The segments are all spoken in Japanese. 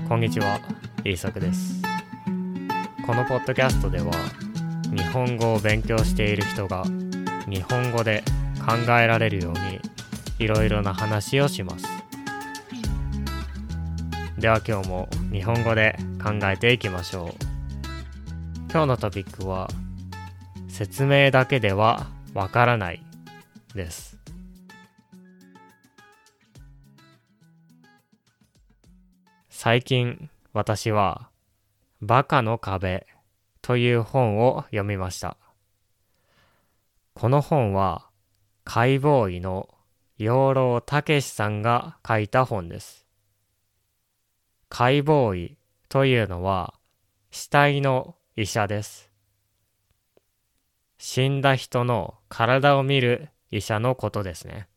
こんにちは、イーサクです。このポッドキャストでは、日本語を勉強している人が日本語で考えられるようにいろいろな話をします。では今日も日本語で考えていきましょう。今日のトピックは、説明だけではわからないです。最近私はバカの壁という本を読みました。この本は解剖医の養老孟司さんが書いた本です。解剖医というのは死体の医者です。死んだ人の体を見る医者のことですね。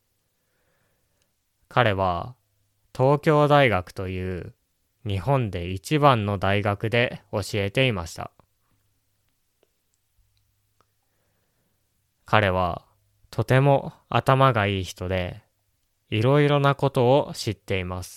彼は東京大学という日本で一番の大学で教えていました。彼はとても頭がいい人で、いろいろなことを知っています。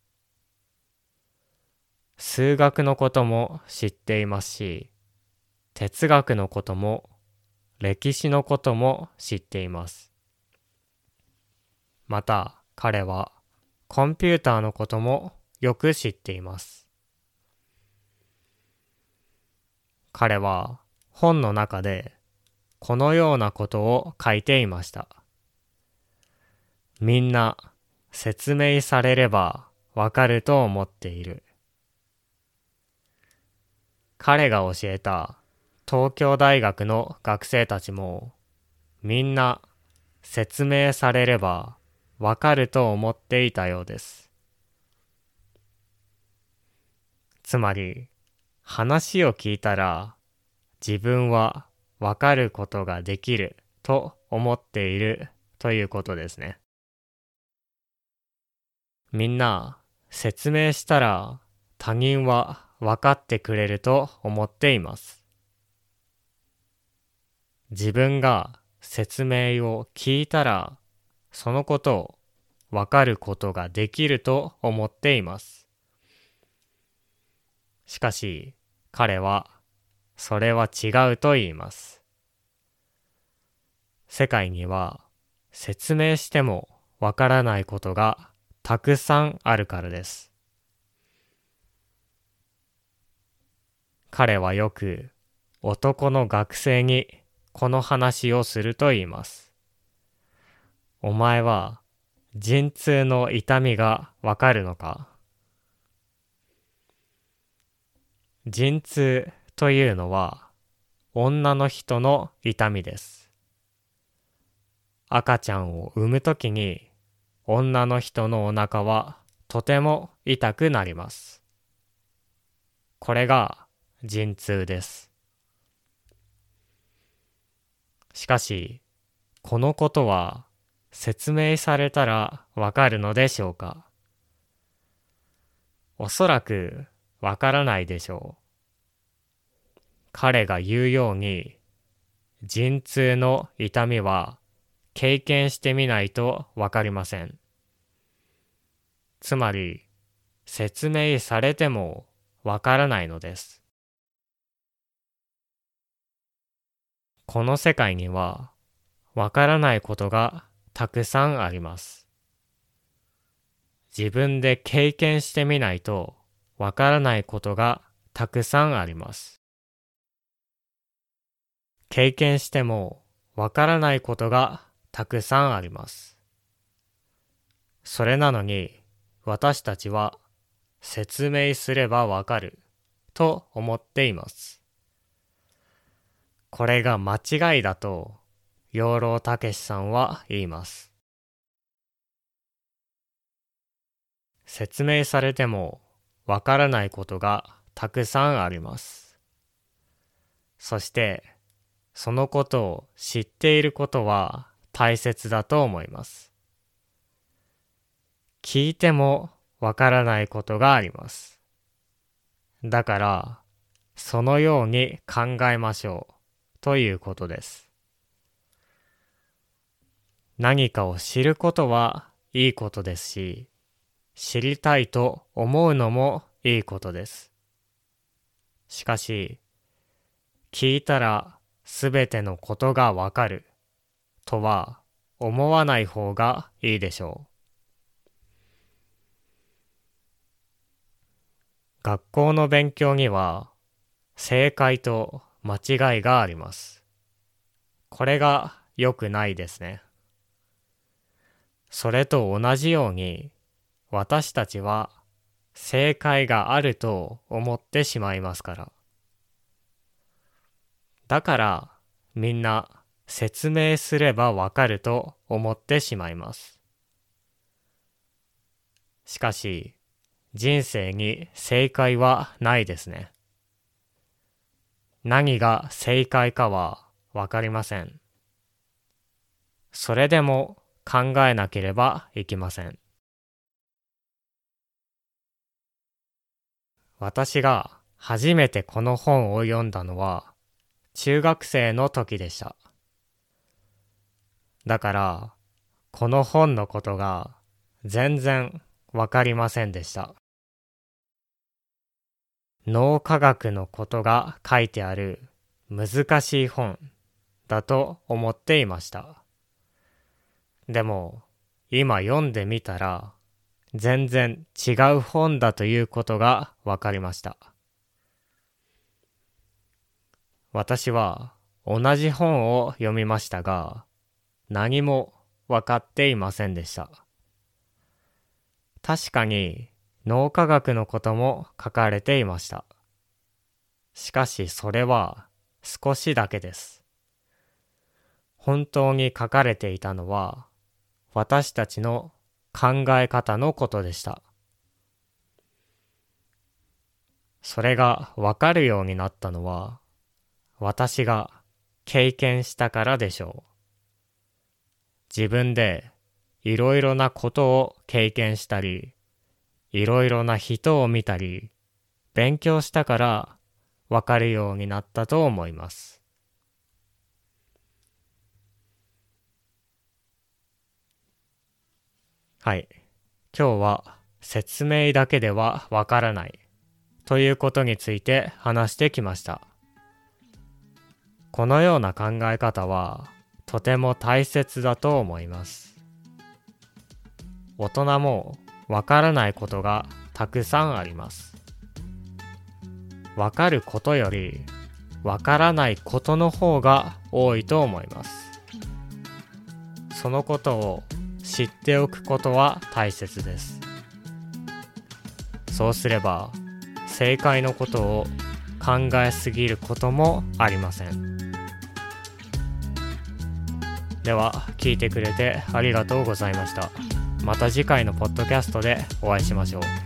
数学のことも知っていますし、哲学のことも歴史のことも知っています。また彼はコンピューターのこともよく知っています。彼は本の中でこのようなことを書いていました。みんな説明されればわかると思っている。彼が教えた東京大学の学生たちもみんな説明されればわかると思っていたようです。つまり話を聞いたら自分はわかることができると思っているということですね。みんな説明したら他人はわかってくれると思っています。自分が説明を聞いたらそのことをわかることができると思っています。しかし彼はそれは違うと言います。世界には説明してもわからないことがたくさんあるからです。彼はよく男の学生にこの話をすると言います。お前は陣痛の痛みがわかるのか？陣痛というのは女の人の痛みです。赤ちゃんを産むときに女の人のお腹はとても痛くなります。これが陣痛です。しかし、このことは説明されたらわかるのでしょうか？おそらくわからないでしょう。彼が言うように、陣痛の痛みは経験してみないとわかりません。つまり、説明されてもわからないのです。この世界にはわからないことがたくさんあります。自分で経験してみないとわからないことがたくさんあります。経験してもわからないことがたくさんあります。それなのに私たちは説明すればわかると思っています。これが間違いだと養老孟司さんは言います。説明されてもわからないことがたくさんあります。そしてそのことを知っていることは大切だと思います。聞いてもわからないことがあります。だからそのように考えましょうということです。何かを知ることはいいことですし、 知りたいと思うのもいいことです。しかし、聞いたらすべてのことがわかるとは思わない方がいいでしょう。学校の勉強には正解と間違いがあります。これが良くないですね。それと同じように私たちは正解があると思ってしまいますから。だからみんな説明すればわかると思ってしまいます。しかし人生に正解はないですね。何が正解かはわかりません。それでも考えなければいけません。私が初めてこの本を読んだのは中学生の時でした。だからこの本のことが全然わかりませんでした。脳科学のことが書いてある難しい本だと思っていました。でも今読んでみたら全然違う本だということがわかりました。私は同じ本を読みましたが何もわかっていませんでした。確かに脳科学のことも書かれていました。しかしそれは少しだけです。本当に書かれていたのは私たちの考え方のことでした。それがわかるようになったのは私が経験したからでしょう。自分でいろいろなことを経験したり、いろいろな人を見たり、勉強したからわかるようになったと思います。はい。今日は説明だけではわからないということについて話してきました。このような考え方はとても大切だと思います。大人もわからないことがたくさんあります。わかることよりわからないことの方が多いと思います。そのことを知っておくことは大切です。そうすれば正解のことを考えすぎることもありません。では聞いてくれてありがとうございました。また次回のポッドキャストでお会いしましょう。